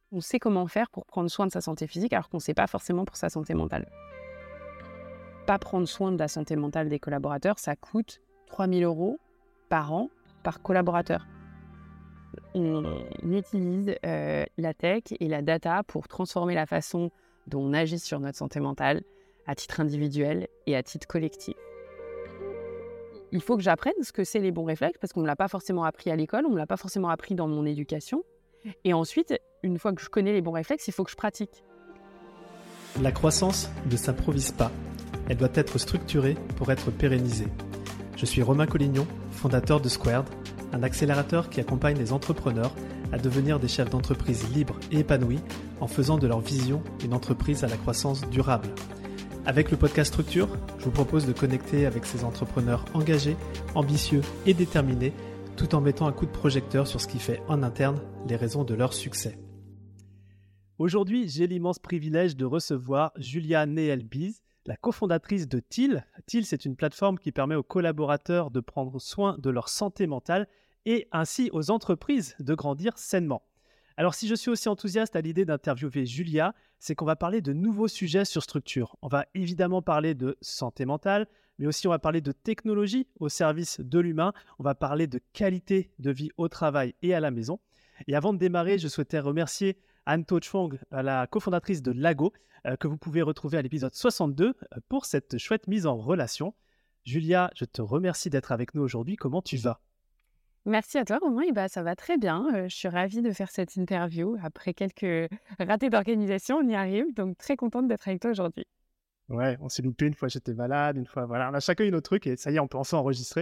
on sait comment faire pour prendre soin de sa santé physique alors qu'on ne sait pas forcément pour sa santé mentale. Pas prendre soin de la santé mentale des collaborateurs, ça coûte 3 000 € par an par collaborateur. On utilise la tech et la data pour transformer la façon dont on agit sur notre santé mentale à titre individuel et à titre collectif. Il faut que j'apprenne ce que c'est les bons réflexes parce qu'on ne me l'a pas forcément appris à l'école, on ne me l'a pas forcément appris dans mon éducation. Et ensuite, une fois que je connais les bons réflexes, il faut que je pratique. La croissance ne s'improvise pas. Elle doit être structurée pour être pérennisée. Je suis Romain Collignon, fondateur de Squared, un accélérateur qui accompagne les entrepreneurs à devenir des chefs d'entreprise libres et épanouis en faisant de leur vision une entreprise à la croissance durable. Avec le podcast Structure, je vous propose de connecter avec ces entrepreneurs engagés, ambitieux et déterminés, tout en mettant un coup de projecteur sur ce qui fait en interne les raisons de leur succès. Aujourd'hui, j'ai l'immense privilège de recevoir Julia Néel-Biz, la cofondatrice de Teal. Teal, c'est une plateforme qui permet aux collaborateurs de prendre soin de leur santé mentale et ainsi aux entreprises de grandir sainement. Alors, si je suis aussi enthousiaste à l'idée d'interviewer Julia, c'est qu'on va parler de nouveaux sujets sur Structure. On va évidemment parler de santé mentale, mais aussi on va parler de technologie au service de l'humain. On va parler de qualité de vie au travail et à la maison. Et avant de démarrer, je souhaitais remercier Anne-To Chwang, la cofondatrice de Lago, que vous pouvez retrouver à l'épisode 62 pour cette chouette mise en relation. Julia, je te remercie d'être avec nous aujourd'hui. Comment tu vas ? Merci à toi, Romain. Ça va très bien. Je suis ravie de faire cette interview. Après quelques ratés d'organisation, on y arrive. Donc, très contente d'être avec toi aujourd'hui. Ouais, on s'est loupé. Une fois, j'étais malade. Une fois, voilà. On a chacun eu nos trucs et ça y est, on peut enfin enregistrer.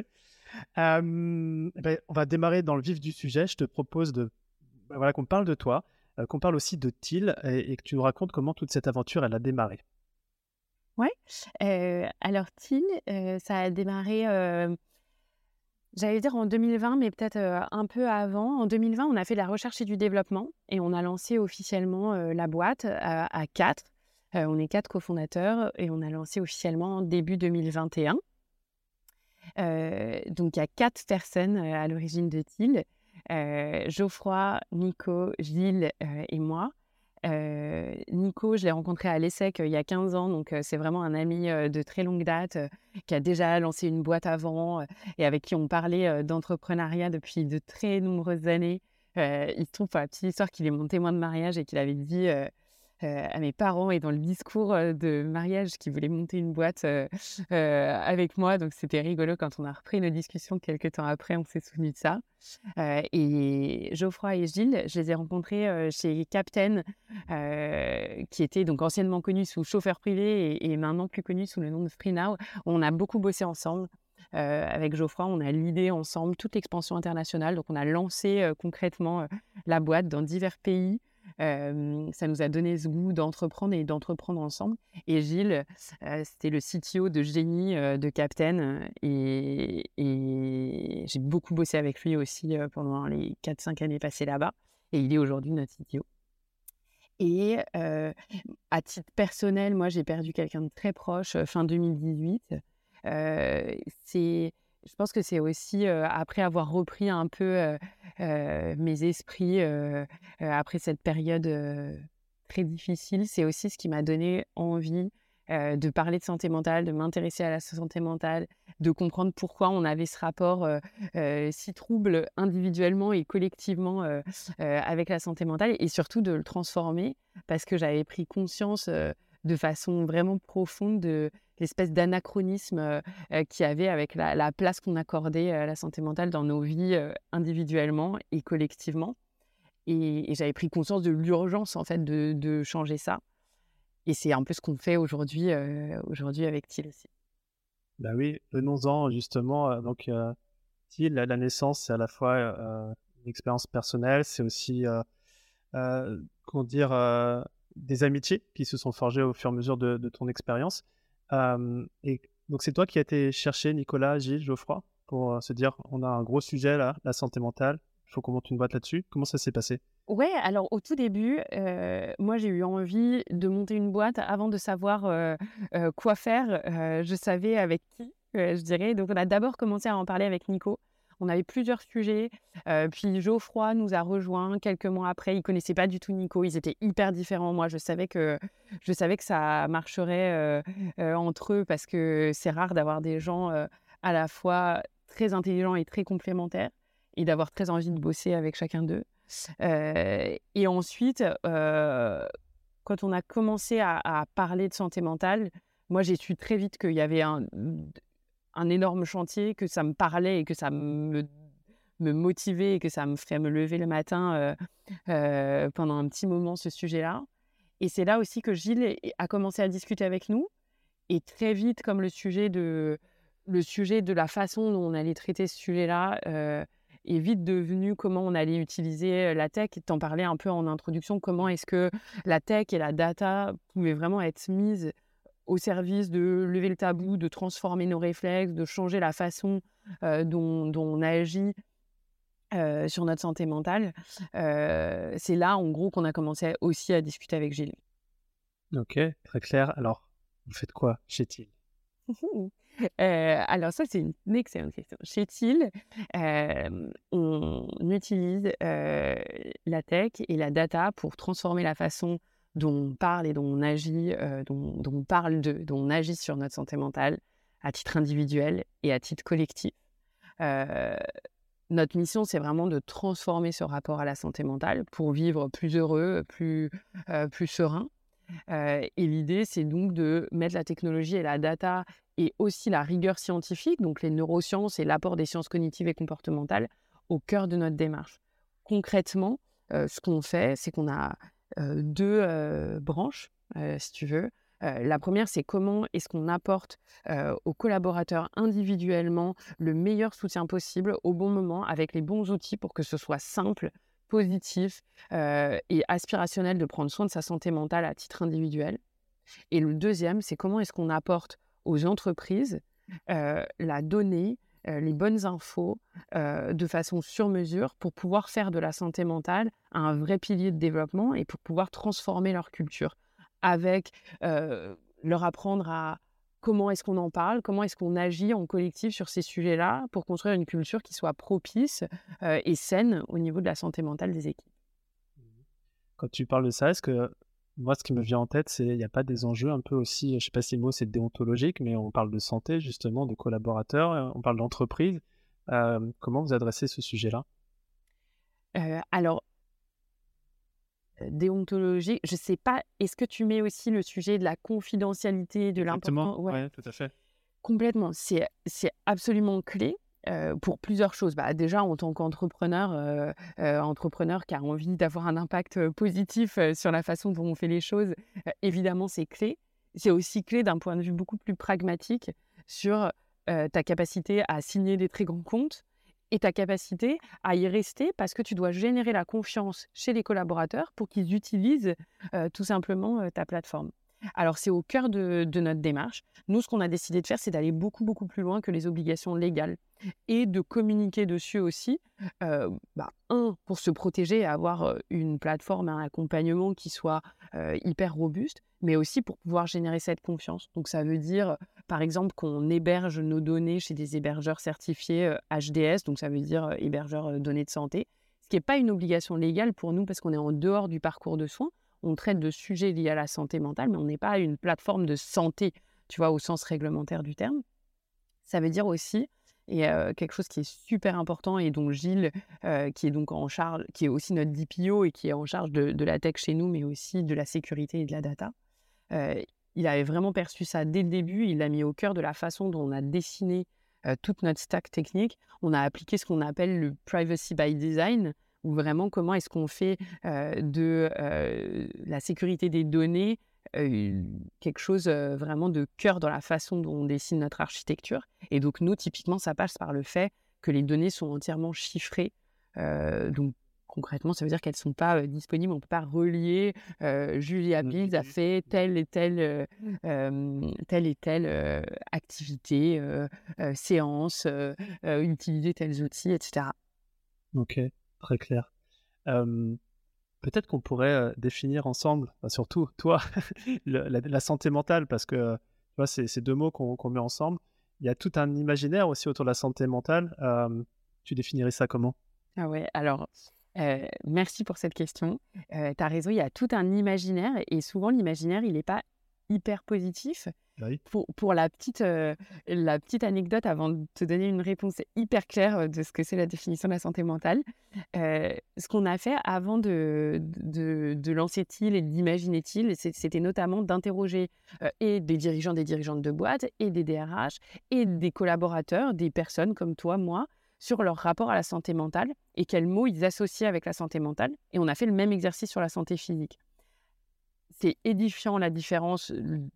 On va démarrer dans le vif du sujet. Je te propose qu'on parle de toi, qu'on parle aussi de Teal et que tu nous racontes comment toute cette aventure, elle a démarré. Ouais. Alors, Teal, ça a démarré... J'allais dire en 2020, mais peut-être un peu avant. En 2020, on a fait de la recherche et du développement et on a lancé officiellement la boîte à 4. On est 4 cofondateurs et on a lancé officiellement début 2021. Donc, il y a 4 personnes à l'origine de Teal. Geoffroy, Nico, Gilles et moi. Nico, je l'ai rencontré à l'ESSEC il y a 15 ans, donc c'est vraiment un ami de très longue date qui a déjà lancé une boîte avant et avec qui on parlait d'entrepreneuriat depuis de très nombreuses années. Il se trouve, pour la petite histoire, qu'il est mon témoin de mariage et qu'il avait dit à mes parents et dans le discours de mariage qu'il voulait monter une boîte avec moi. Donc c'était rigolo quand on a repris nos discussions quelques temps après, on s'est souvenu de ça. Et Geoffroy et Gilles, je les ai rencontrés chez Captain, qui était donc anciennement connu sous chauffeur privé et maintenant plus connu sous le nom de FreeNow. On a beaucoup bossé ensemble. Avec Geoffroy, on a l'idée ensemble toute l'expansion internationale. Donc, on a lancé concrètement la boîte dans divers pays. Ça nous a donné ce goût d'entreprendre et d'entreprendre ensemble. Et Gilles, c'était le CTO de génie de Captain et j'ai beaucoup bossé avec lui aussi pendant les 4-5 années passées là-bas. Et il est aujourd'hui notre CTO. Et à titre personnel, moi, j'ai perdu quelqu'un de très proche fin 2018. Je pense que c'est aussi après avoir repris un peu mes esprits après cette période très difficile, c'est aussi ce qui m'a donné envie de parler de santé mentale, de m'intéresser à la santé mentale, de comprendre pourquoi on avait ce rapport si trouble individuellement et collectivement avec la santé mentale et surtout de le transformer parce que j'avais pris conscience de façon vraiment profonde de l'espèce d'anachronisme qu'il y avait avec la place qu'on accordait à la santé mentale dans nos vies individuellement et collectivement. Et j'avais pris conscience de l'urgence en fait de changer ça. Et c'est un peu ce qu'on fait aujourd'hui avec Teal aussi. Bah oui, venons-en justement. Teal, la naissance, c'est à la fois une expérience personnelle, c'est aussi des amitiés qui se sont forgées au fur et à mesure de ton expérience. Et donc, c'est toi qui as été chercher Nicolas, Gilles, Geoffroy pour se dire on a un gros sujet là, la santé mentale, il faut qu'on monte une boîte là-dessus. Comment ça s'est passé ? Ouais, alors au tout début, moi j'ai eu envie de monter une boîte avant de savoir quoi faire. Je savais avec qui, je dirais. Donc on a d'abord commencé à en parler avec Nico On avait plusieurs sujets. Puis Geoffroy nous a rejoints quelques mois après. Il connaissait pas du tout Nico. Ils étaient hyper différents. Moi, je savais que ça marcherait, entre eux parce que c'est rare d'avoir des gens, à la fois très intelligents et très complémentaires et d'avoir très envie de bosser avec chacun d'eux. Et ensuite, quand on a commencé à parler de santé mentale, moi, j'ai su très vite qu'il y avait un énorme chantier, que ça me parlait et que ça me motivait et que ça me ferait me lever le matin, pendant un petit moment, ce sujet-là. Et c'est là aussi que Gilles a commencé à discuter avec nous et très vite, comme le sujet de la façon dont on allait traiter ce sujet-là, est vite devenu comment on allait utiliser, la tech. Tu en parlais un peu en introduction, comment est-ce que la tech et la data pouvaient vraiment être mises au service de lever le tabou, de transformer nos réflexes, de changer la façon, dont on agit, sur notre santé mentale. C'est là, en gros, qu'on a commencé aussi à discuter avec Gilles. Ok, très clair. Alors, vous faites quoi chez Thiel? Alors ça, c'est une excellente question. Chez Thiel, on utilise, la tech et la data pour transformer la façon dont on parle et dont on agit, dont on agit sur notre santé mentale à titre individuel et à titre collectif. Heu, Notre mission, c'est vraiment de transformer ce rapport à la santé mentale pour vivre plus heureux, plus serein. Et l'idée, c'est donc de mettre la technologie et la data et aussi la rigueur scientifique, donc les neurosciences et l'apport des sciences cognitives et comportementales, au cœur de notre démarche. Concrètement, ce qu'on fait, c'est qu'on a 2 branches, si tu veux. La première, c'est comment est-ce qu'on apporte, aux collaborateurs individuellement le meilleur soutien possible au bon moment avec les bons outils pour que ce soit simple, positif, et aspirationnel de prendre soin de sa santé mentale à titre individuel. Et le deuxième, c'est comment est-ce qu'on apporte aux entreprises, la donnée, les bonnes infos, de façon sur mesure pour pouvoir faire de la santé mentale un vrai pilier de développement et pour pouvoir transformer leur culture avec, leur apprendre à comment est-ce qu'on en parle, comment est-ce qu'on agit en collectif sur ces sujets-là pour construire une culture qui soit propice, et saine au niveau de la santé mentale des équipes. Quand tu parles de ça, est-ce que moi, ce qui me vient en tête, c'est il n'y a pas des enjeux un peu aussi, je sais pas si le mot c'est déontologique, mais on parle de santé justement, de collaborateurs, on parle d'entreprise. Comment vous adressez ce sujet-là? Alors, déontologie, je sais pas, est-ce que tu mets aussi le sujet de la confidentialité, de Exactement, l'important? Ouais, ouais, tout à fait. complètement. C'est absolument clé, pour plusieurs choses. Bah, déjà en tant qu'entrepreneur, entrepreneur qui a envie d'avoir un impact, positif, sur la façon dont on fait les choses, évidemment c'est clé. C'est aussi clé d'un point de vue beaucoup plus pragmatique sur, ta capacité à signer des très grands comptes et ta capacité à y rester parce que tu dois générer la confiance chez les collaborateurs pour qu'ils utilisent, tout simplement, ta plateforme. Alors c'est au cœur de notre démarche. Nous, ce qu'on a décidé de faire, c'est d'aller beaucoup, beaucoup plus loin que les obligations légales et de communiquer dessus aussi, 1 pour se protéger et avoir, une plateforme, un accompagnement qui soit, hyper robuste, mais aussi pour pouvoir générer cette confiance. Donc ça veut dire, par exemple, qu'on héberge nos données chez des hébergeurs certifiés, HDS, donc ça veut dire, hébergeurs, données de santé. Ce qui est pas une obligation légale pour nous parce qu'on est en dehors du parcours de soins. On traite de sujets liés à la santé mentale, mais on n'est pas une plateforme de santé, tu vois, au sens réglementaire du terme. Ça veut dire aussi et quelque chose qui est super important et dont Gilles, qui est donc en charge qui est aussi notre DPO et qui est en charge de la tech chez nous, mais aussi de la sécurité et de la data. Il avait vraiment perçu ça dès le début, il l'a mis au cœur de la façon dont on a dessiné, toute notre stack technique. On a appliqué ce qu'on appelle le privacy by design, où vraiment comment est-ce qu'on fait, de, la sécurité des données, quelque chose, vraiment de cœur dans la façon dont on dessine notre architecture. Et donc nous, typiquement, ça passe par le fait que les données sont entièrement chiffrées. Donc concrètement, ça veut dire qu'elles ne sont pas, disponibles. On ne peut pas relier, Julia Bills a fait telle et telle, activité, séance, utiliser tels outils et cetera. OK, très clair. Hem, Peut-être qu'on pourrait, définir ensemble, bah, surtout toi, la santé mentale parce que, tu vois, c'est 2 mots qu'on met ensemble. Il y a tout un imaginaire aussi autour de la santé mentale. Tu définirais ça comment? Ah ouais, alors, merci pour cette question. Tu as raison, il y a tout un imaginaire et souvent l'imaginaire, il n'est pas hyper positif. Bah oui. Pour la petite anecdote avant de te donner une réponse hyper claire, de ce que c'est la définition de la santé mentale, ce qu'on a fait avant de lancer TIL et d'imaginer TIL, c'était notamment d'interroger, et des dirigeants, des dirigeantes de boîtes et des DRH et des collaborateurs, des personnes comme toi, moi, sur leur rapport à la santé mentale et quels mots ils associaient avec la santé mentale et on a fait le même exercice sur la santé physique. C'est édifiant la différence,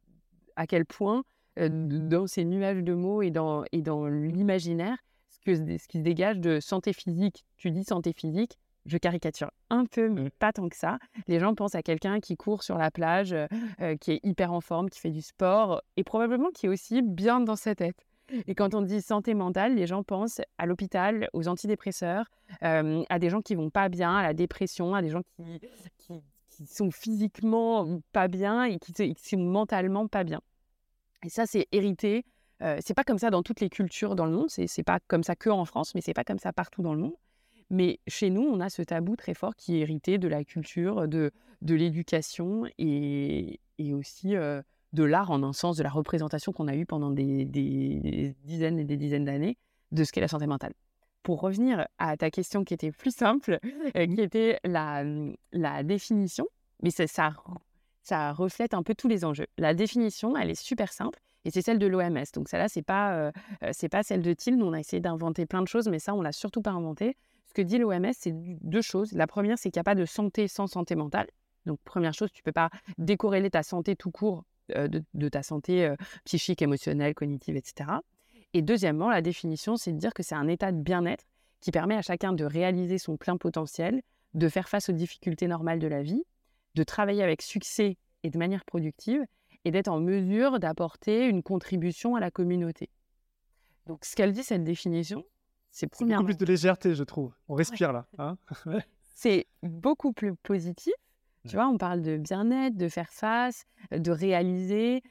à quel point, dans ces nuages de mots et dans l'imaginaire, ce qui se dégage de santé physique. Tu dis santé physique, je caricature un peu, mais pas tant que ça. Les gens pensent à quelqu'un qui court sur la plage, qui est hyper en forme, qui fait du sport et probablement qui est aussi bien dans sa tête. Et quand on dit santé mentale, les gens pensent à l'hôpital, aux antidépresseurs, à des gens qui vont pas bien, à la dépression, à des gens qui qui sont physiquement pas bien et qui sont mentalement pas bien. Et ça, c'est hérité. C'est pas comme ça dans toutes les cultures dans le monde. C'est pas comme ça qu'en France, mais c'est pas comme ça partout dans le monde. Mais chez nous, on a ce tabou très fort qui est hérité de la culture, de l'éducation et aussi de l'art en un sens, de la représentation qu'on a eue pendant des dizaines et des dizaines d'années de ce qu'est la santé mentale. Pour revenir à ta question qui était plus simple, qui était la définition, mais ça reflète un peu tous les enjeux. La définition, elle est super simple et c'est celle de l'OMS. Donc celle-là, c'est pas celle de TIL. Nous, on a essayé d'inventer plein de choses, mais ça, on l'a surtout pas inventé. Ce que dit l'OMS, c'est deux choses. La première, c'est qu'il n'y a pas de santé sans santé mentale. Donc première chose, tu peux pas décorréler ta santé tout court de ta santé psychique, émotionnelle, cognitive, etc. Et deuxièmement, la définition, c'est de dire que c'est un état de bien-être qui permet à chacun de réaliser son plein potentiel, de faire face aux difficultés normales de la vie, de travailler avec succès et de manière productive et d'être en mesure d'apporter une contribution à la communauté. Donc, ce qu'elle dit, cette définition, c'est C'est beaucoup plus premièrement, de légèreté, je trouve. On ouais, respire là, hein? Ouais. c'est beaucoup plus positif. Tu Ouais. vois, on parle de bien-être, de faire face, de réaliser,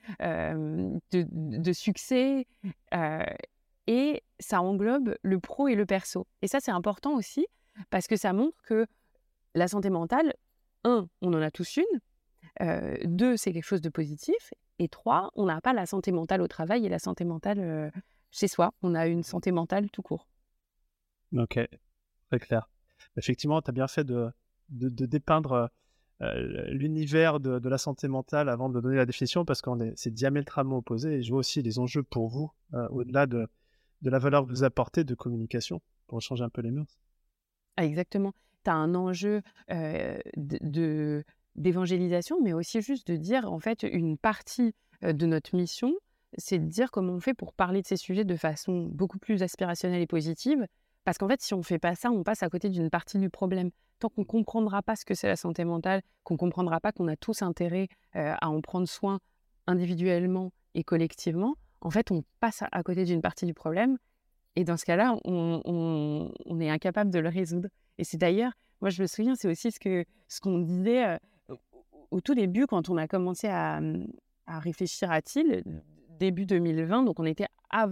de succès, euh, et ça englobe le pro et le perso. Et ça, c'est important aussi parce que ça montre que la santé mentale, un, on en a tous une. Deux, c'est quelque chose de positif. Et trois, on n'a pas la santé mentale au travail et la santé mentale chez soi. On a une santé mentale tout court. OK, très clair. Effectivement, tu as bien fait de dépeindre, l'univers de la santé mentale avant de donner la définition parce qu'on est c'est diamétralement opposé et je vois aussi les enjeux pour vous, au-delà de la valeur que vous apportez de communication pour changer un peu les mœurs. Ah, exactement. Tu as un enjeu d'évangélisation, mais aussi juste de dire, en fait, une partie de notre mission, c'est de dire comment on fait pour parler de ces sujets de façon beaucoup plus aspirationnelle et positive. Parce qu'en fait, si on ne fait pas ça, on passe à côté d'une partie du problème. Tant qu'on ne comprendra pas ce que c'est la santé mentale, qu'on ne comprendra pas qu'on a tous intérêt à en prendre soin individuellement et collectivement, en fait, on passe à côté d'une partie du problème et dans ce cas-là, on est incapable de le résoudre. Et c'est d'ailleurs, moi je me souviens, c'est aussi ce qu'on disait au tout début quand on a commencé à réfléchir à TIL, début 2020, donc on était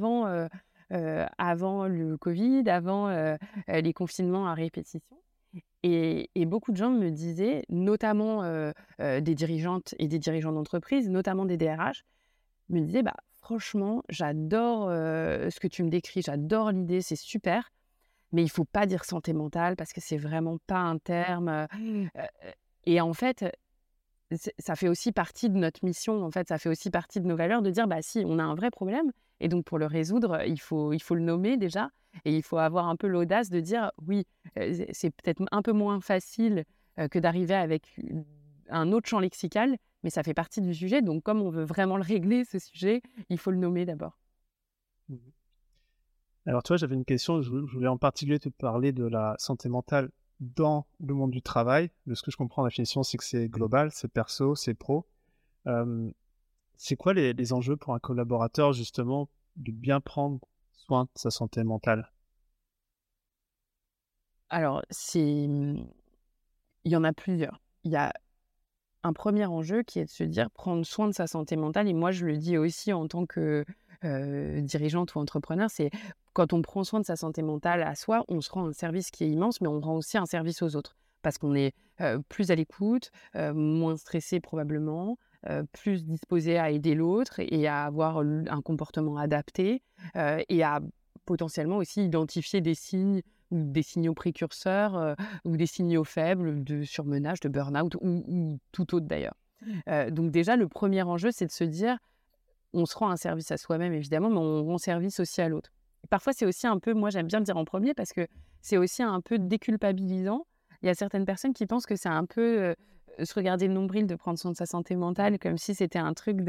avant le Covid, avant les confinements à répétition. Et beaucoup de gens me disaient, notamment des dirigeantes et des dirigeants d'entreprise, notamment des DRH, me disait: «Bah, franchement, j'adore, ce que tu me décris, j'adore l'idée, c'est super, mais il faut pas dire santé mentale parce que c'est vraiment pas un terme, et en fait, ça fait aussi partie de notre mission, en fait, ça fait aussi partie de nos valeurs de dire: «Bah, si, on a un vrai problème et donc pour le résoudre, il faut le nommer déjà et il faut avoir un peu l'audace de dire: "Oui, c'est peut-être un peu moins facile, que d'arriver avec un autre champ lexical, mais ça fait partie du sujet, donc comme on veut vraiment le régler, ce sujet, il faut le nommer d'abord"». Mmh. Alors, tu vois, j'avais une question, je voulais en particulier te parler de la santé mentale dans le monde du travail. De ce que je comprends, la définition, c'est que c'est global, c'est perso, c'est pro. Hem, c'est quoi les enjeux pour un collaborateur, justement, de bien prendre soin de sa santé mentale? Alors, il y en a plusieurs. Il y a un premier enjeu qui est de se dire prendre soin de sa santé mentale et moi je le dis aussi en tant que, dirigeante ou entrepreneur, c'est quand on prend soin de sa santé mentale à soi, on se rend un service qui est immense, mais on rend aussi un service aux autres. Parce qu'on est plus à l'écoute, moins stressé probablement, plus disposé à aider l'autre et à avoir un comportement adapté et à potentiellement aussi identifier des signes ou des signaux précurseurs ou des signaux faibles de surmenage, de burn-out ou tout autre d'ailleurs. Donc déjà, le premier enjeu, c'est de se dire, on se rend un service à soi-même évidemment, mais on rend service aussi à l'autre. Parfois, c'est aussi un peu, moi j'aime bien le dire en premier parce que c'est aussi un peu déculpabilisant. Il y a certaines personnes qui pensent que c'est un peu se regarder le nombril de prendre soin de sa santé mentale comme si c'était un truc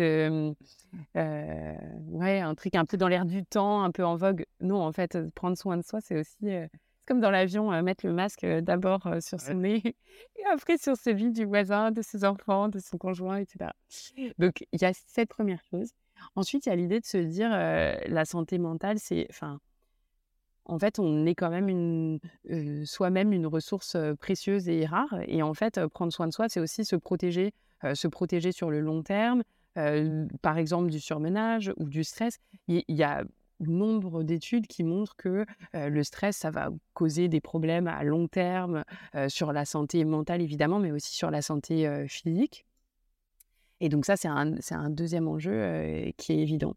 ouais, un truc un peu dans l'air du temps, un peu en vogue. Non, en fait, prendre soin de soi, c'est aussi c'est comme dans l'avion, mettre le masque d'abord sur son Ouais. nez et après sur celui du voisin, de ses enfants, de son conjoint, etc. Donc, il y a cette première chose. Ensuite, il y a l'idée de se dire la santé mentale, enfin, en fait, on est quand même soi-même une ressource précieuse et rare. Et en fait, prendre soin de soi, c'est aussi se protéger sur le long terme, par exemple du surmenage ou du stress. Il y a nombre d'études qui montrent que le stress, ça va causer des problèmes à long terme sur la santé mentale, évidemment, mais aussi sur la santé physique. Et donc ça, c'est un deuxième enjeu qui est évident.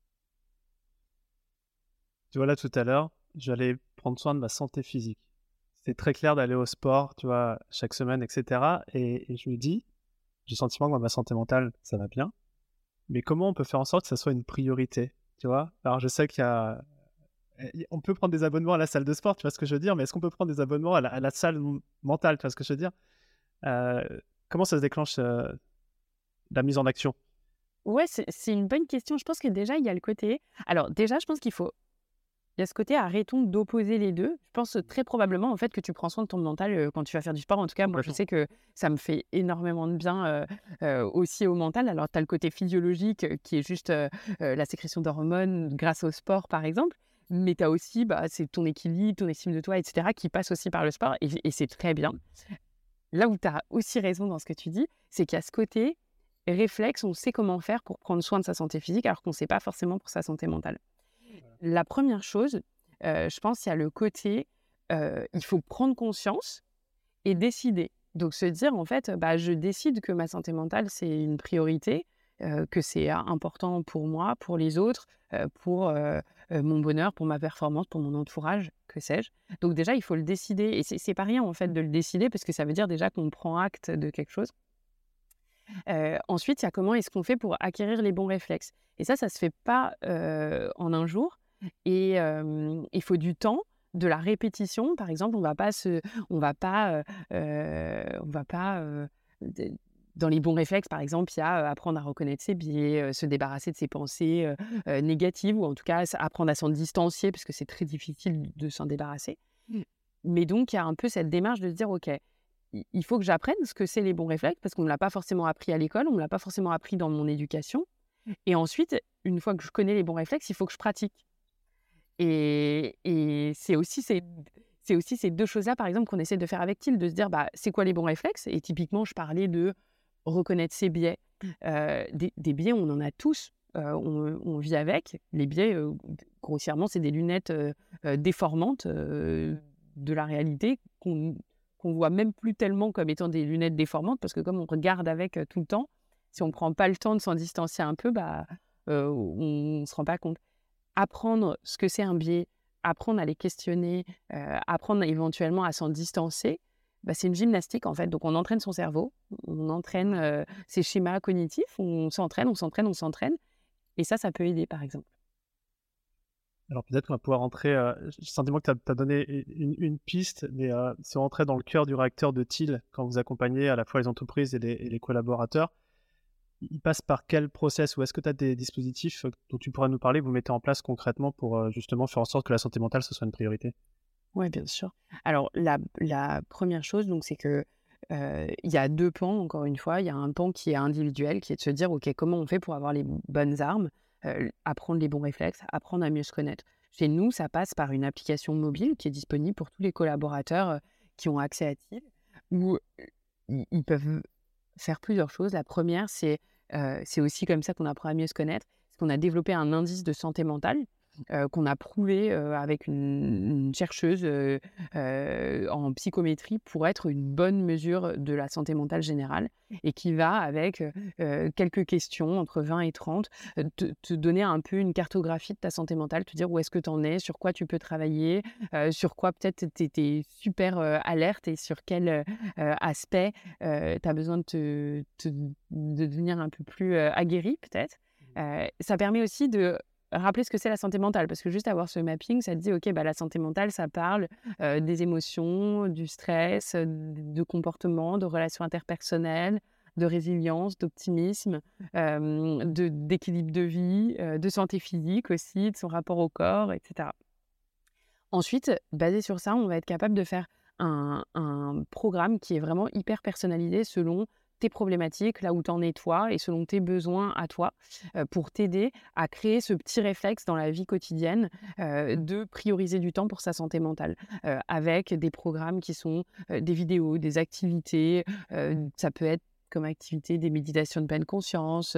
Tu vois, là, tout à l'heure, j'allais prendre soin de ma santé physique. C'est très clair d'aller au sport, tu vois, chaque semaine, etc. Et je me dis, j'ai le sentiment que dans ma santé mentale, ça va bien. Mais comment on peut faire en sorte que ça soit une priorité, tu vois? Alors, je sais qu'il y a on peut prendre des abonnements à la salle de sport, tu vois ce que je veux dire? Mais est-ce qu'on peut prendre des abonnements à la salle mentale, tu vois ce que je veux dire? Comment ça se déclenche, la mise en action? Ouais, c'est une bonne question. Je pense que déjà, il y a le côté alors déjà, je pense il y a ce côté arrêtons d'opposer les 2. Je pense très probablement, en fait, que tu prends soin de ton mental, quand tu vas faire du sport. En tout cas, moi, je Complètement. sais que ça me fait énormément de bien, aussi au mental. Alors, tu as le côté physiologique, qui est juste, la sécrétion d'hormones grâce au sport, par exemple. Mais tu as aussi, bah, c'est ton équilibre, ton estime de toi et cetera qui passe aussi par le sport et c'est très bien. Là où tu as aussi raison dans ce que tu dis, c'est qu'il y a ce côté réflexe, on sait comment faire pour prendre soin de sa santé physique alors qu'on ne sait pas forcément pour sa santé mentale. Voilà. La première chose, je pense il y a le côté, il faut prendre conscience et décider. Donc se dire en fait, bah, je décide que ma santé mentale, c'est une priorité, que c'est important pour moi, pour les autres, pour, mon bonheur, pour ma performance, pour mon entourage, que sais-je. Donc déjà, il faut le décider et c'est pas rien en fait de le décider parce que ça veut dire déjà qu'on prend acte de quelque chose. Ensuite, il y a comment est-ce qu'on fait pour acquérir les bons réflexes? Et ça se fait pas, en un jour et il faut du temps, de la répétition. Par exemple, on va pas, d dans les bons réflexes, par exemple, il y a, apprendre à reconnaître ses biais, se débarrasser de ses pensées, négatives ou en tout cas apprendre à s'en distancier parce que c'est très difficile de s'en débarrasser. Mais donc il y a un peu cette démarche de se dire: «OK, il faut que j'apprenne ce que c'est les bons réflexes parce qu'on ne me l'a pas forcément appris à l'école, on ne me l'a pas forcément appris dans mon éducation et ensuite, une fois que je connais les bons réflexes, il faut que je pratique et c'est aussi ces 2 choses-là, par exemple, qu'on essaie de faire avec Till, de se dire: «Bah, c'est quoi les bons réflexes?» et typiquement, je parlais de reconnaître ses biais. Des biais, on en a tous, on vit avec. Les biais, grossièrement, c'est des lunettes, déformantes, de la réalité qu'on voit même plus tellement comme étant des lunettes déformantes parce que comme on regarde avec, tout le temps, si on prend pas le temps de s'en distancier un peu, bah, on se rend pas compte. Apprendre ce que c'est un biais, apprendre à les questionner, apprendre éventuellement à s'en distancer, bah, c'est une gymnastique en fait. Donc on entraîne son cerveau, on entraîne, ses schémas cognitifs, on s'entraîne, on s'entraîne, on s'entraîne et ça peut aider par exemple. Alors peut-être qu'on va pouvoir rentrer, j'ai le sentiment que tu as donné une piste, mais si on rentrait dans le cœur du réacteur de Thiel, quand vous accompagnez à la fois les entreprises et les collaborateurs, ils passent par quel process? Ou est-ce que tu as des dispositifs, dont tu pourrais nous parler, que vous mettez en place concrètement pour, justement faire en sorte que la santé mentale, ce soit une priorité? Ouais, bien sûr. Alors la 1re chose donc c'est que, il y a 2 pans encore une fois. Il y a un pan qui est individuel, qui est de se dire: «OK, comment on fait pour avoir les bonnes armes?» Apprendre les bons réflexes, apprendre à mieux se connaître. Chez nous, ça passe par une application mobile qui est disponible pour tous les collaborateurs, qui ont accès à Teams, où, ils peuvent faire plusieurs choses. La première, c'est aussi comme ça qu'on apprend à mieux se connaître, c'est qu'on a développé un indice de santé mentale. qu'on a prouvé avec une chercheuse en psychométrie pour être une bonne mesure de la santé mentale générale et qui va, avec quelques questions entre 20 et 30, te donner un peu une cartographie de ta santé mentale, te dire où est-ce que tu en es, sur quoi tu peux travailler, sur quoi peut-être tu étais super alerte et sur quel aspect tu as besoin de devenir un peu plus aguerri peut-être. Ça permet aussi de rappeler ce que c'est la santé mentale, parce que juste avoir ce mapping, ça te dit, OK, bah, la santé mentale, ça parle des émotions, du stress, de comportement, de relations interpersonnelles, de résilience, d'optimisme, d'équilibre de vie, de santé physique aussi, de son rapport au corps, etc. Ensuite, basé sur ça, on va être capable de faire un programme qui est vraiment hyper personnalisé selon tes problématiques, là où tu en es toi et selon tes besoins à toi, pour t'aider à créer ce petit réflexe dans la vie quotidienne, de prioriser du temps pour sa santé mentale, avec des programmes qui sont, des vidéos, des activités, ça peut être comme activité des méditations de pleine conscience,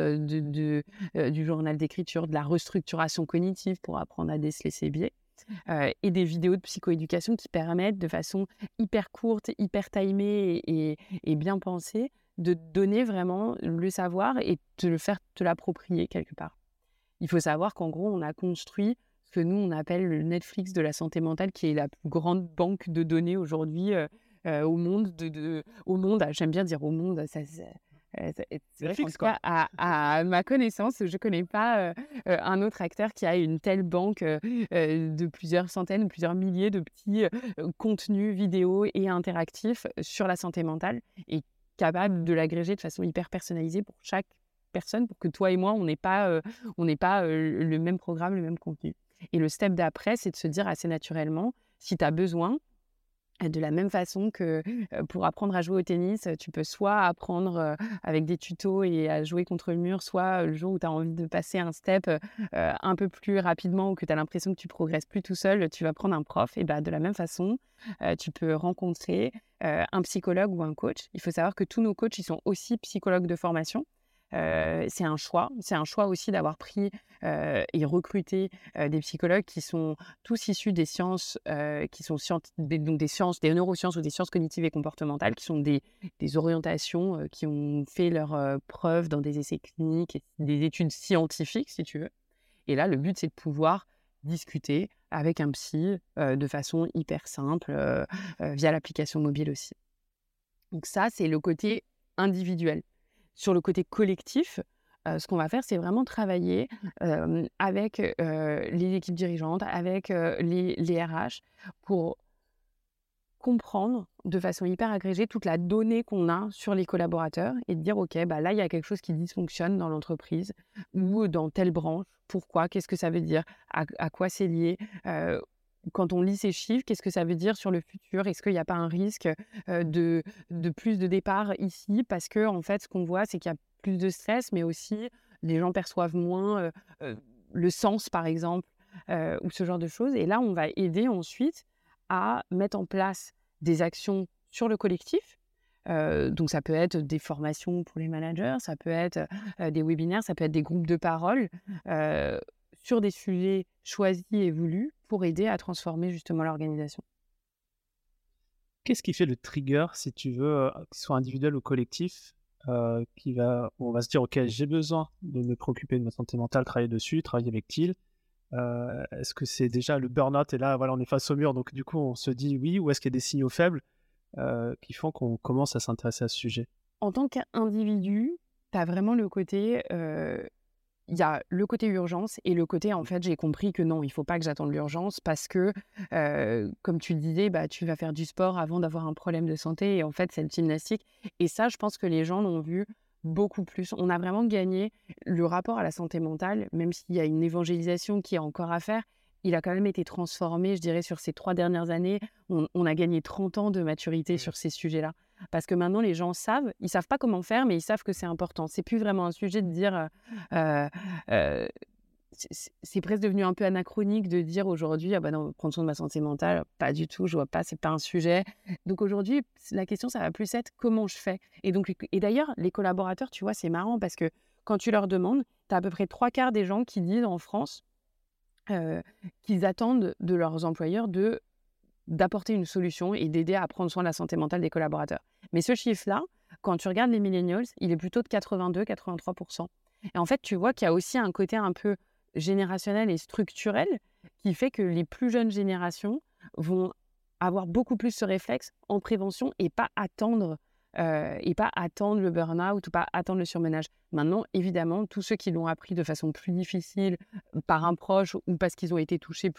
du journal d'écriture, de la restructuration cognitive pour apprendre à déceler ses biais. Et des vidéos de psychoéducation qui permettent de façon hyper courte, hyper timée et bien pensée, de te donner vraiment le savoir et de le faire te l'approprier quelque part. Il faut savoir qu'en gros, on a construit ce que nous, on appelle le Netflix de la santé mentale, qui est la plus grande banque de données aujourd'hui au monde. Au monde, j'aime bien dire au monde, c'est vrai qu'en Netflix, tout quoi. cas, à ma connaissance, je ne connais pas un autre acteur qui a une telle banque de plusieurs centaines ou plusieurs milliers de petits contenus vidéo et interactifs sur la santé mentale et capable de l'agréger de façon hyper personnalisée pour chaque personne, pour que toi et moi, on n'ait pas le même programme, le même contenu. Et le step d'après, c'est de se dire assez naturellement, si tu as besoin, de la même façon que pour apprendre à jouer au tennis, tu peux soit apprendre avec des tutos et à jouer contre le mur, soit le jour où tu as envie de passer un step un peu plus rapidement ou que tu as l'impression que tu progresses plus tout seul, tu vas prendre un prof. Et bah, de la même façon, tu peux rencontrer un psychologue ou un coach. Il faut savoir que tous nos coachs, ils sont aussi psychologues de formation. C'est un choix. C'est un choix aussi d'avoir pris et recruté des psychologues qui sont tous issus des sciences, qui sont donc des sciences, des neurosciences ou des sciences cognitives et comportementales, qui sont des orientations qui ont fait leurs preuves dans des essais cliniques et des études scientifiques, si tu veux. Et là, le but, c'est de pouvoir discuter avec un psy de façon hyper simple, via l'application mobile aussi. Donc ça, c'est le côté individuel. Sur le côté collectif, ce qu'on va faire, c'est vraiment travailler avec les équipes dirigeantes, avec les RH pour comprendre de façon hyper agrégée toute la donnée qu'on a sur les collaborateurs et de dire: «OK, bah, là, il y a quelque chose qui dysfonctionne dans l'entreprise ou dans telle branche. Pourquoi? Qu'est-ce que ça veut dire? À quoi c'est lié?» Quand on lit ces chiffres, qu'est-ce que ça veut dire sur le futur? Est-ce qu'il n'y a pas un risque de plus de départs ici? Parce que en fait, ce qu'on voit, c'est qu'il y a plus de stress, mais aussi les gens perçoivent moins le sens, par exemple, ou ce genre de choses. Et là, on va aider ensuite à mettre en place des actions sur le collectif. Donc ça peut être des formations pour les managers, ça peut être des webinaires, ça peut être des groupes de parole sur des sujets choisis et voulus pour aider à transformer justement l'organisation. Qu'est-ce qui fait le trigger, si tu veux, qu'il soit individuel ou collectif, où on va se dire: «OK, j'ai besoin de me préoccuper de ma santé mentale, travailler dessus, travailler avec Thiel». Est-ce que c'est déjà le burn-out et là, voilà, on est face au mur, donc du coup, on se dit oui, ou est-ce qu'il y a des signaux faibles, qui font qu'on commence à s'intéresser à ce sujet? En tant qu'individu, tu as vraiment le côté, il y a le côté urgence et le côté, en fait, j'ai compris que non, il faut pas que j'attende l'urgence parce que, comme tu le disais, bah, tu vas faire du sport avant d'avoir un problème de santé et en fait, c'est le gymnastique et ça, je pense que les gens l'ont vu beaucoup plus. On a vraiment gagné le rapport à la santé mentale, même s'il y a une évangélisation qui est encore à faire, il a quand même été transformé, je dirais, sur ces 3 dernières années. On a gagné 30 ans de maturité sur ces sujets-là. Parce que maintenant, les gens savent, ils savent pas comment faire, mais ils savent que c'est important. C'est plus vraiment un sujet de dire, heu heu, c'est presque devenu un peu anachronique de dire aujourd'hui: «Ah bah non, prendre soin de ma santé mentale, pas du tout, je vois pas, c'est pas un sujet». Donc aujourd'hui, la question, ça va plus être: «Comment je fais?» Et donc et d'ailleurs, les collaborateurs, tu vois, c'est marrant parce que quand tu leur demandes, tu as à peu près 3/4 des gens qui disent en France: heu, qu'ils attendent de leurs employeurs d'apporter une solution et d'aider à prendre soin de la santé mentale des collaborateurs. Mais ce chiffre-là, quand tu regardes les millennials, il est plutôt de 82-83. Et en fait, tu vois qu'il y a aussi un côté un peu générationnel et structurel qui fait que les plus jeunes générations vont avoir beaucoup plus ce réflexe en prévention et pas attendre le burn-out ou pas attendre le surmenage. Maintenant, évidemment, tous ceux qui l'ont appris de façon plus difficile, par un proche ou parce qu'ils ont été touchés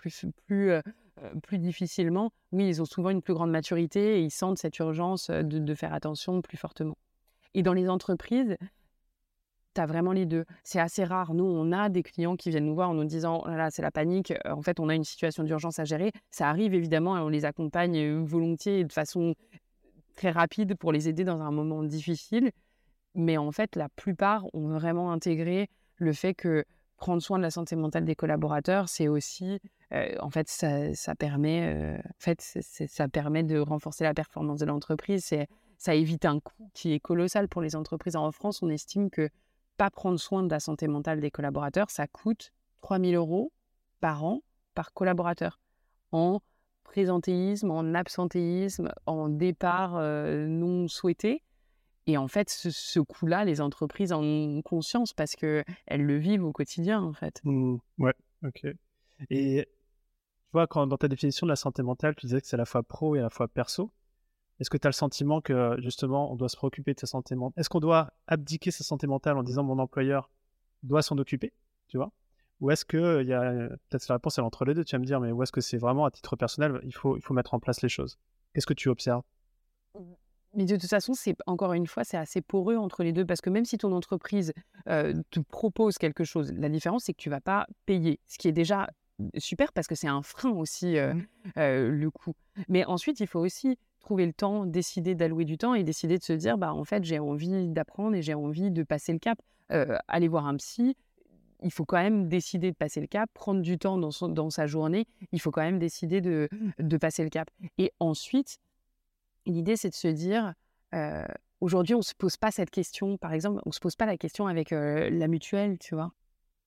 plus difficilement, oui, ils ont souvent une plus grande maturité et ils sentent cette urgence, de faire attention plus fortement. Et dans les entreprises, tu as vraiment les 2. C'est assez rare. Nous, on a des clients qui viennent nous voir en nous disant: «Oh là là, c'est la panique, en fait, on a une situation d'urgence à gérer». Ça arrive évidemment et on les accompagne, volontiers et de façon très rapide pour les aider dans un moment difficile. Mais en fait, la plupart ont vraiment intégré le fait que prendre soin de la santé mentale des collaborateurs, c'est aussi, en fait, ça permet, en fait, ça permet de renforcer la performance de l'entreprise. Ça évite un coût qui est colossal pour les entreprises. En France, on estime que pas prendre soin de la santé mentale des collaborateurs, ça coûte 3 000 € par an, par collaborateur, en présentéisme, en absentéisme, en départ, non souhaité. Et en fait, ce coût-là, les entreprises en ont conscience parce qu'elles le vivent au quotidien, en fait. Ouais, ok. Et tu vois, quand dans ta définition de la santé mentale, tu disais que c'est à la fois pro et à la fois perso. Est-ce que tu as le sentiment que justement, on doit se préoccuper de sa santé mentale? Est-ce qu'on doit abdiquer sa santé mentale en disant mon employeur doit s'en occuper, tu vois? Ou est-ce que il y a peut-être la réponse elle est entre les deux, tu vas me dire, mais où est-ce que c'est vraiment à titre personnel, il faut mettre en place les choses? Qu'est-ce que tu observes? Mais de toute façon, c'est encore une fois, c'est assez poreux entre les 2 parce que même si ton entreprise, te propose quelque chose, la différence, c'est que tu vas pas payer. Ce qui est déjà super parce que c'est un frein aussi, le coût. Mais ensuite, il faut aussi trouver le temps, décider d'allouer du temps et décider de se dire: «Bah, en fait, j'ai envie d'apprendre et j'ai envie de passer le cap». Aller voir un psy, il faut quand même décider de passer le cap, prendre du temps dans sa journée, il faut quand même décider de passer le cap. Et ensuite, l'idée, c'est de se dire, heu, aujourd'hui, on se pose pas cette question. Par exemple, on se pose pas la question avec, la mutuelle, tu vois?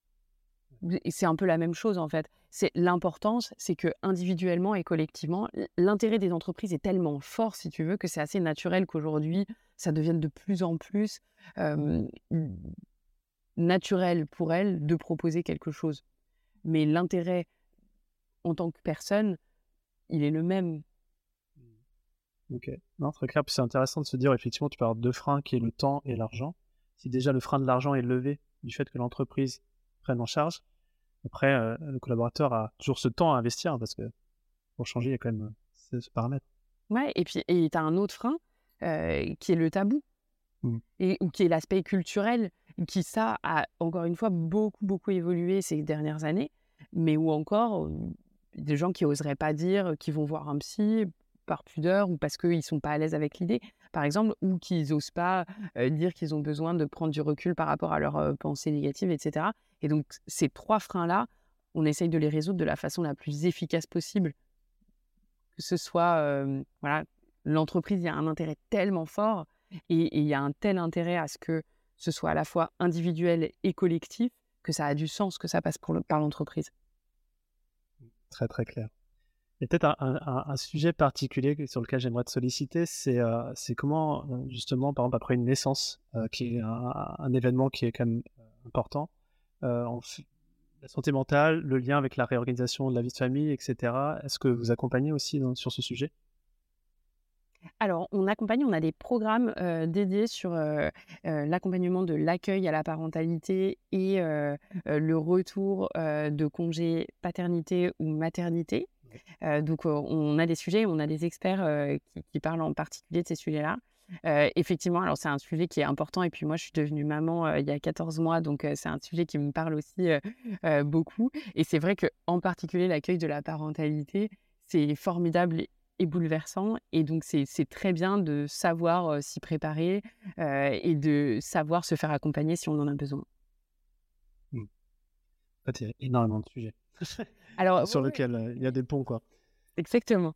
Et c'est un peu la même chose, en fait. C'est l'importance, c'est que individuellement et collectivement, l'intérêt des entreprises est tellement fort, si tu veux, que c'est assez naturel qu'aujourd'hui, ça devienne de plus en plus, hem, naturel pour elles de proposer quelque chose. Mais l'intérêt en tant que personne, il est le même. Ok, non, très clair. Puis c'est intéressant de se dire, effectivement, tu parles de deux freins qui est le temps et l'argent. Si déjà le frein de l'argent est levé du fait que l'entreprise prenne en charge, après, le collaborateur a toujours ce temps à investir parce que pour changer, il y a quand même ce paramètre. Ouais, et puis tu as un autre frein, qui est le tabou. Mmh. Et ou qui est l'aspect culturel, qui ça a encore une fois beaucoup, beaucoup évolué ces dernières années, mais où encore, des gens qui oseraient pas dire qu'ils vont voir un psy par pudeur ou parce qu'ils sont pas à l'aise avec l'idée, par exemple, ou qu'ils osent pas, dire qu'ils ont besoin de prendre du recul par rapport à leurs, pensées négatives et cetera. Et donc ces 3 freins-là, on essaye de les résoudre de la façon la plus efficace possible. Que ce soit, voilà, l'entreprise, il y a un intérêt tellement fort et il y a un tel intérêt à ce que ce soit à la fois individuel et collectif, que ça a du sens que ça passe par l'entreprise. Très, très clair. Et peut-être un sujet particulier sur lequel j'aimerais te solliciter, c'est comment, justement, par exemple, après une naissance, qui est un événement qui est quand même important, la santé mentale, le lien avec la réorganisation de la vie de famille, et cetera. Est-ce que vous accompagnez aussi sur ce sujet? Alors, on a des programmes, dédiés sur, l'accompagnement de l'accueil à la parentalité et le retour, de congé paternité ou maternité. Donc, on a des sujets, on a des experts, qui parlent en particulier de ces sujets-là. Effectivement, alors c'est un sujet qui est important et puis moi je suis devenue maman, il y a 14 mois donc c'est un sujet qui me parle aussi, beaucoup et c'est vrai qu'en particulier l'accueil de la parentalité, c'est formidable et bouleversant et donc c'est très bien de savoir, s'y préparer, et de savoir se faire accompagner si on en a besoin. Mmh. En fait, il y a énormément de sujets Alors sur ouais, lesquels, il y a des ponts, quoi. exactement.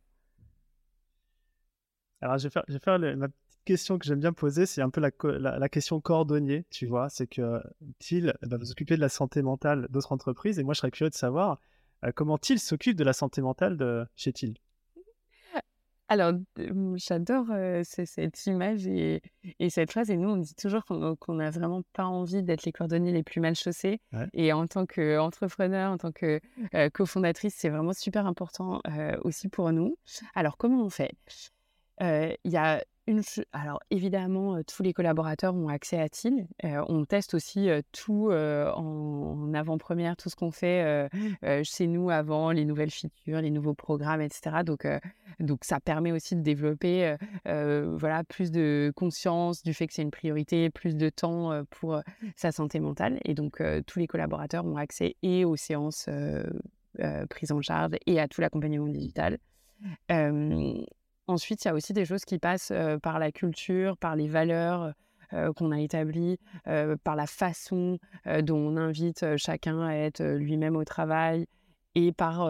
Alors je vais faire ma petite question que j'aime bien poser, c'est un peu la question cordonnier, tu vois? C'est que Thiel va vous occuper de la santé mentale d'autres entreprises et moi je serais curieux de savoir, comment Thiel s'occupe de la santé mentale chez Thiel. Alors, j'adore, cette image et cette phrase et nous, on dit toujours qu'on n'a vraiment pas envie d'être les cordonniers les plus mal chaussés Ouais. et en tant qu'entrepreneur, en tant que, cofondatrice, c'est vraiment super important, aussi pour nous. Alors comment on fait? Il y a une ch Alors évidemment, tous les collaborateurs ont accès à Teal. On teste aussi, tout, en avant-première, tout ce qu'on fait, chez nous avant, les nouvelles features, les nouveaux programmes et cetera. Donc ça permet aussi de développer, voilà, plus de conscience du fait que c'est une priorité, plus de temps, pour, sa santé mentale et donc tous les collaborateurs ont accès et aux séances, prises en charge et à tout l'accompagnement digital. Hem Ensuite, il y a aussi des choses qui passent, par la culture, par les valeurs, qu'on a établies, par la façon, dont on invite, chacun à être, lui-même au travail et par,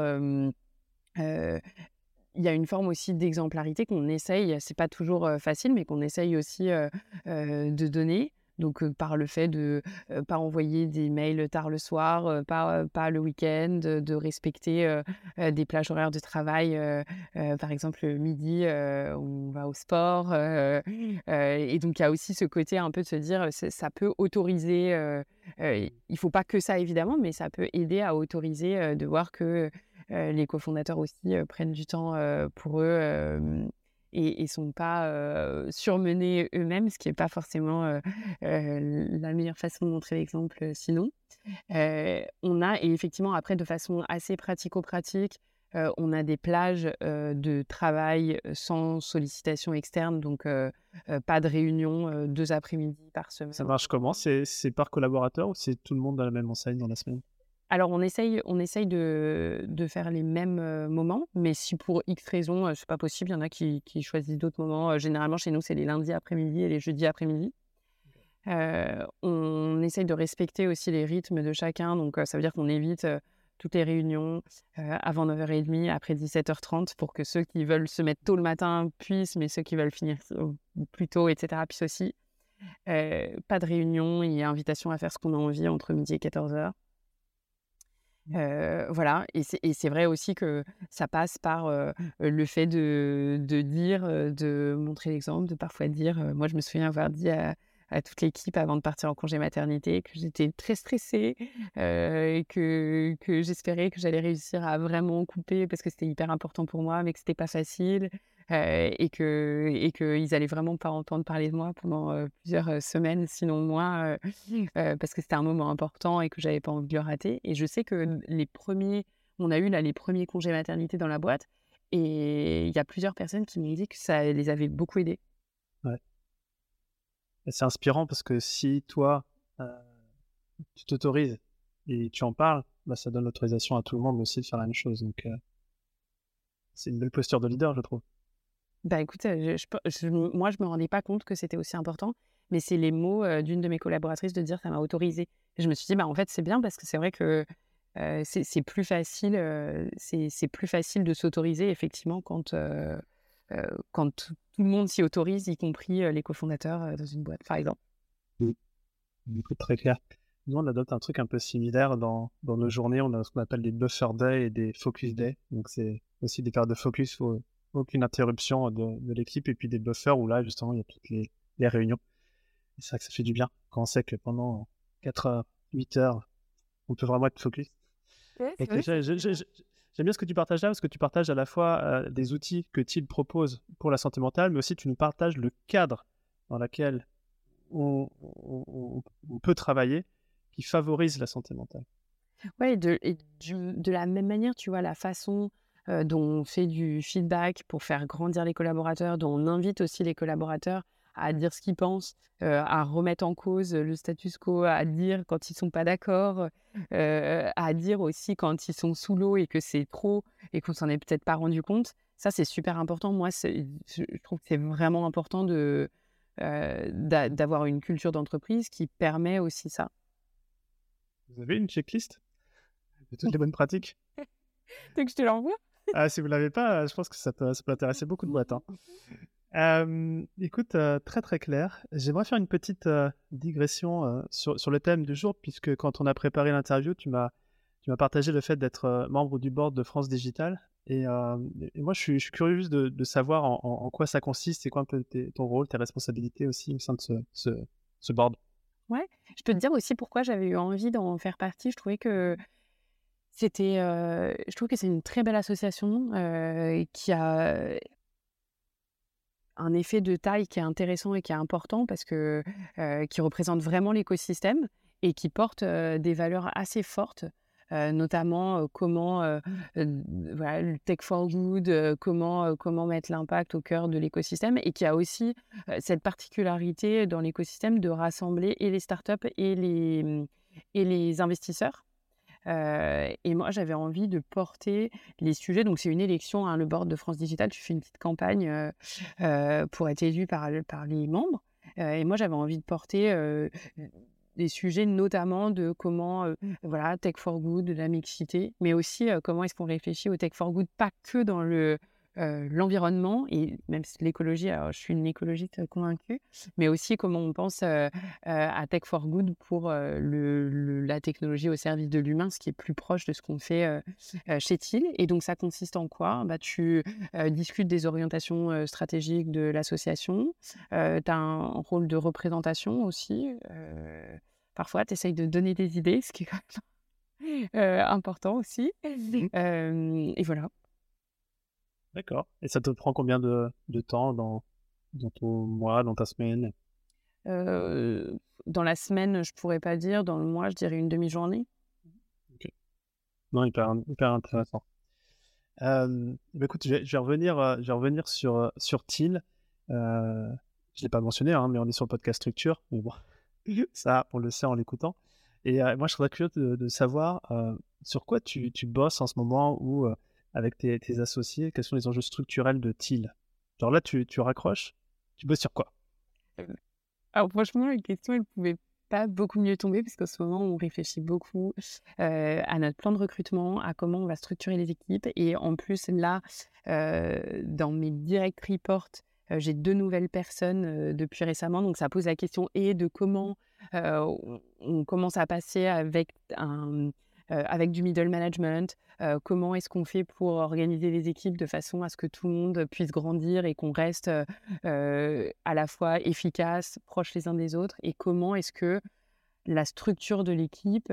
il y a une forme aussi d'exemplarité qu'on essaye, c'est pas toujours, facile, mais qu'on essaye aussi, de donner. Donc, par le fait de, pas envoyer des mails tard le soir, pas le week-end, de respecter, des plages horaires de travail, par exemple, le midi, on va au sport, et donc il y a aussi ce côté un peu de se dire, ça peut autoriser, il faut pas que ça évidemment, mais ça peut aider à autoriser, de voir que, les cofondateurs aussi, prennent du temps, pour eux, et sont pas, surmenés eux-mêmes, ce qui est pas forcément, la meilleure façon de montrer l'exemple, sinon. On a et effectivement après de façon assez pratico-pratique, on a des plages, de travail, sans sollicitation externe donc pas de réunion, 2 après-midi par Ça semaine. marche comment? C'est par collaborateur ou c'est tout le monde dans la même enseigne dans la semaine? Alors on essaye de faire les mêmes, moments, mais si pour X raisons, c'est pas possible, il y en a qui choisissent d'autres moments. Généralement chez nous, c'est les lundis après-midi et les jeudis après-midi. On essaye de respecter aussi les rythmes de chacun, donc ça veut dire qu'on évite, toutes les réunions, avant 9h30, après 17h30 pour que ceux qui veulent se mettre tôt le matin puissent, mais ceux qui veulent finir plus tôt et cetera puissent aussi. Pas de réunion et invitation à faire ce qu'on a envie entre midi et 14h. Voilà et c'est vrai aussi que ça passe par, le fait de dire, de montrer l'exemple, de parfois dire, moi je me souviens avoir dit à toute l'équipe avant de partir en congé maternité que j'étais très stressée, et que j'espérais que j'allais réussir à vraiment couper parce que c'était hyper important pour moi, mais que c'était pas facile, et qu'ils allaient vraiment pas entendre parler de moi pendant, plusieurs, semaines, sinon mois, parce que c'était un moment important et que j'avais pas envie de le rater et je sais que on a eu là les premiers congés maternité dans la boîte et il y a plusieurs personnes qui m'ont dit que ça les avait beaucoup aidés. Ouais. Et c'est inspirant parce que si toi, heu, tu t'autorises et tu en parles, bah, ça donne l'autorisation à tout le monde aussi de faire la même chose donc c'est une belle posture de leader, je trouve. Bah, écoute, moi je me rendais pas compte que c'était aussi important, mais c'est les mots, d'une de mes collaboratrices de dire: «Ça m'a autorisée» et je me suis dit: «Bah, en fait, c'est bien parce que c'est vrai que, c'est plus facile, c'est plus facile de s'autoriser effectivement quand tout le monde s'y autorise, y compris, les cofondateurs, dans une boîte, par exemple». Mmh. Du coup, très clair. Nous, on adopte un truc un peu similaire dans nos journées. On a ce qu'on appelle des buffer days et des focus days. Donc, c'est aussi des périodes de focus où aucune interruption de l'équipe et puis des buffers où là, justement, il y a toutes les réunions. Et c'est vrai que ça fait du bien quand on sait que pendant 4 heures, 8 heures, on peut vraiment être focus. Ouais, c'est Donc, vrai, c'est j'aime bien ce que tu partages là parce que tu partages à la fois des outils que Thiel propose pour la santé mentale, mais aussi tu nous partages le cadre dans lequel on peut travailler qui favorise la santé mentale. ouais de la même manière, tu vois, la façon, dont on fait du feedback pour faire grandir les collaborateurs, dont on invite aussi les collaborateurs à dire ce qu'ils pensent, à remettre en cause, le status quo, à dire quand ils sont pas d'accord, à dire aussi quand ils sont sous l'eau et que c'est trop et qu'on s'en est peut-être pas rendu compte. Ça, c'est super important. Moi, je trouve que c'est vraiment important d'avoir une culture d'entreprise qui permet aussi ça. Vous avez une checklist de toutes les bonnes pratiques? Tu veux que je te l'envoie? Ah, si vous l'avez pas, je pense que ça peut intéresser beaucoup de boîtes, hein. Écoute, très, très clair. J'aimerais faire une petite, digression, sur le thème du jour puisque quand on a préparé l'interview, tu m'as tu m'as partagé le fait d'être membre du board de France Digital. Et moi, je suis curieux juste de savoir en quoi ça consiste, c'est quoi un peu ton rôle, tes responsabilités aussi au sein de ce board. Ouais, je peux te dire aussi pourquoi j'avais eu envie d'en faire partie. Je trouve que c'est une très belle association, qui a un effet de taille qui est intéressant et qui est important parce que, qui représente vraiment l'écosystème et qui porte, des valeurs assez fortes, notamment, voilà, le Tech for Good, comment mettre l'impact au cœur de l'écosystème et qui a aussi, cette particularité dans l'écosystème de rassembler et les startups et les investisseurs. Et moi, j'avais envie de porter les sujets donc c'est une élection, hein, le board de France Digital, tu fais une petite campagne, pour être élu par les membres, et moi, j'avais envie de porter, des sujets notamment de comment, voilà, Tech for Good, de la mixité, mais aussi, comment est-ce qu'on réfléchit au Tech for Good, pas que dans l'environnement et même si l'écologie, alors je suis une écologiste convaincue, mais aussi comment on pense, à Tech for Good pour, la technologie au service de l'humain, ce qui est plus proche de ce qu'on fait, chez Thiel. Et donc ça consiste en quoi? Bah, tu, discutes des orientations, stratégiques de l'association, tu as un rôle de représentation aussi, parfois tu essayes de donner des idées, ce qui est quand même, important aussi. Mmh. Et voilà. D'accord. Et ça te prend combien de temps dans ton mois, dans ta semaine? Dans la semaine, je pourrais pas dire, dans le mois, je dirais une demi-journée. OK. Non, hyper intéressant. Bah, écoute, je vais revenir sur Thiel. Je l'ai pas mentionné, hein, mais on est sur le podcast Structure, mais bon, ça, on le sait en l'écoutant. Et moi, je serais curieux de savoir, sur quoi tu bosses en ce moment ou avec tes associés, quels sont les enjeux structurels de Thiel? Genre là, tu raccroches, tu bosses sur quoi? Alors franchement, la question, elle pouvait pas beaucoup mieux tomber parce qu'en ce moment, on réfléchit beaucoup, à notre plan de recrutement, à comment on va structurer les équipes et en plus là, dans mes direct reports, j'ai 2 nouvelles personnes, depuis récemment donc ça pose la question et de comment, on commence à passer avec du middle management, comment est-ce qu'on fait pour organiser les équipes de façon à ce que tout le monde puisse grandir et qu'on reste, à la fois efficaces, proches les uns des autres et comment est-ce que la structure de l'équipe,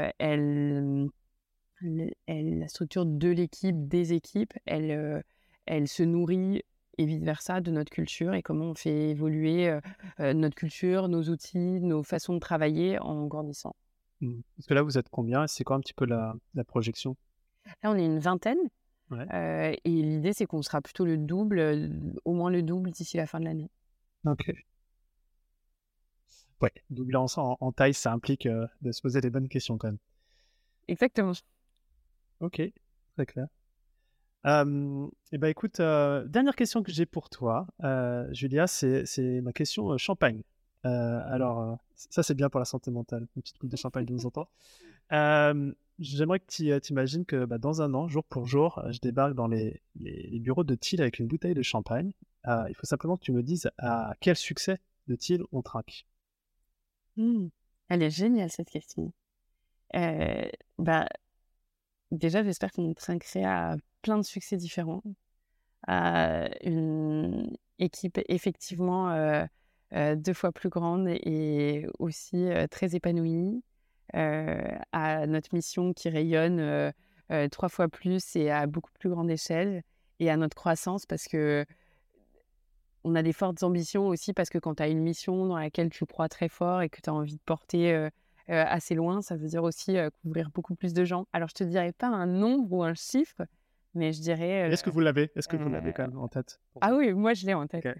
la structure de l'équipe, des équipes, elle se nourrit et vice versa de notre culture et comment on fait évoluer, notre culture, nos outils, nos façons de travailler en grandissant. Mmh. Parce que là, vous êtes combien et c'est quoi un petit peu la projection? Là, on est une vingtaine, Ouais. et l'idée, c'est qu'on sera plutôt le double, au moins le double d'ici la fin de l'année. OK. Ouais, doubler en taille, ça implique, de se poser les bonnes questions quand même. Exactement. OK, très clair. Et bah, écoute, dernière question que j'ai pour toi, Julia, c'est ma question, champagne. Alors, ça, c'est bien pour la santé mentale, une petite coupe de champagne de temps en temps. J'aimerais que tu imagines que, bah, dans 1 an, jour pour jour, je débarque dans les bureaux de Thiel avec une bouteille de champagne. Il faut simplement que tu me dises à quel succès de Thiel on trinque? Mmh. Elle est géniale cette question. Bah, déjà, j'espère qu'on trinquerait à plein de succès différents, à une équipe effectivement, 2 fois plus grande et aussi, très épanouie, à notre mission qui rayonne, 3 fois plus et à beaucoup plus grande échelle et à notre croissance parce que on a des fortes ambitions aussi parce que quand tu as une mission dans laquelle tu crois très fort et que tu as envie de porter, assez loin, ça veut dire aussi, couvrir beaucoup plus de gens. Alors je te dirais pas un nombre ou un chiffre, mais je dirais, Est-ce que vous l'avez? Est-ce que vous l'avez heu quand même en tête pour ah vous? oui, moi je l'ai en tête. OK,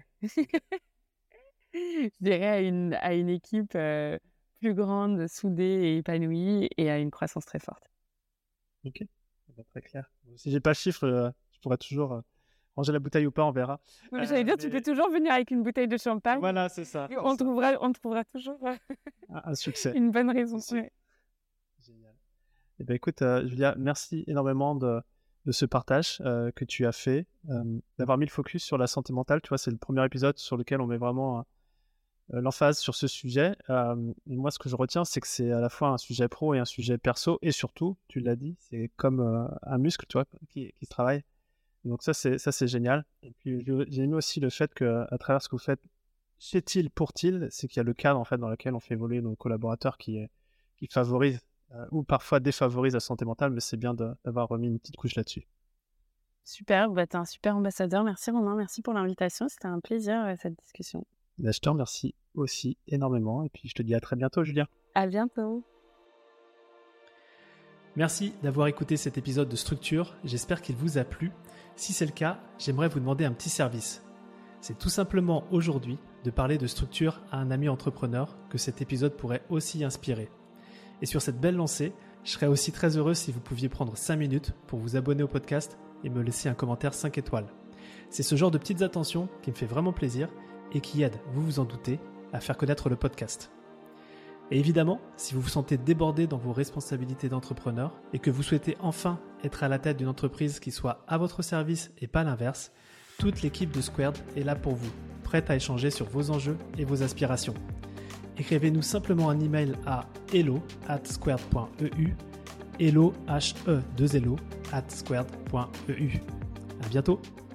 Je dirais à une équipe, plus grande, soudée et épanouie et à une croissance très forte. OK. Bah, très clair. Si j'ai pas le chiffre, je pourrais toujours, ranger la bouteille ou pas, on verra. Oui, j'allais dire, tu peux Mais toujours venir avec une bouteille de champagne voilà, c'est ça, et c'est ça. on trouvera toujours, Un succès, une bonne c'est raison. sûr. Ouais. Génial. Et ben écoute, Julia, merci énormément de ce partage, que tu as fait, d'avoir mis le focus sur la santé mentale. Tu vois, c'est le premier épisode sur lequel on met vraiment, l'emphase sur ce sujet. Et moi, ce que je retiens, c'est que c'est à la fois un sujet pro et un sujet perso. Et surtout, tu l'as dit, c'est comme un muscle, tu vois, qui se travaille. Donc ça, c'est génial. Et puis, j'ai aimé aussi le fait qu'à travers ce que vous faites chez Thiel pour Thiel, c'est qu'il y a le cadre en fait, dans lequel on fait évoluer nos collaborateurs qui favorise ou parfois défavorise la santé mentale, mais c'est bien d'avoir remis une petite couche là-dessus. Super, bah, tu es un super ambassadeur. Merci Romain, merci pour l'invitation. C'était un plaisir, cette discussion. Ben, je te remercie aussi énormément et puis je te dis à très bientôt, Julien. À bientôt. Merci d'avoir écouté cet épisode de Structure, j'espère qu'il vous a plu. Si c'est le cas, j'aimerais vous demander un petit service. C'est tout simplement aujourd'hui de parler de structure à un ami entrepreneur que cet épisode pourrait aussi inspirer. Et sur cette belle lancée, je serais aussi très heureux si vous pouviez prendre 5 minutes pour vous abonner au podcast et me laisser un commentaire 5 étoiles. C'est ce genre de petites attentions qui me fait vraiment plaisir et qui aide, vous vous en doutez, à faire connaître le podcast. Et évidemment, si vous vous sentez débordé dans vos responsabilités d'entrepreneur et que vous souhaitez enfin être à la tête d'une entreprise qui soit à votre service et pas l'inverse, toute l'équipe de Squared est là pour vous, prête à échanger sur vos enjeux et vos aspirations. Écrivez-nous simplement un email à hello@squared.eu, hello@squared.eu. À bientôt.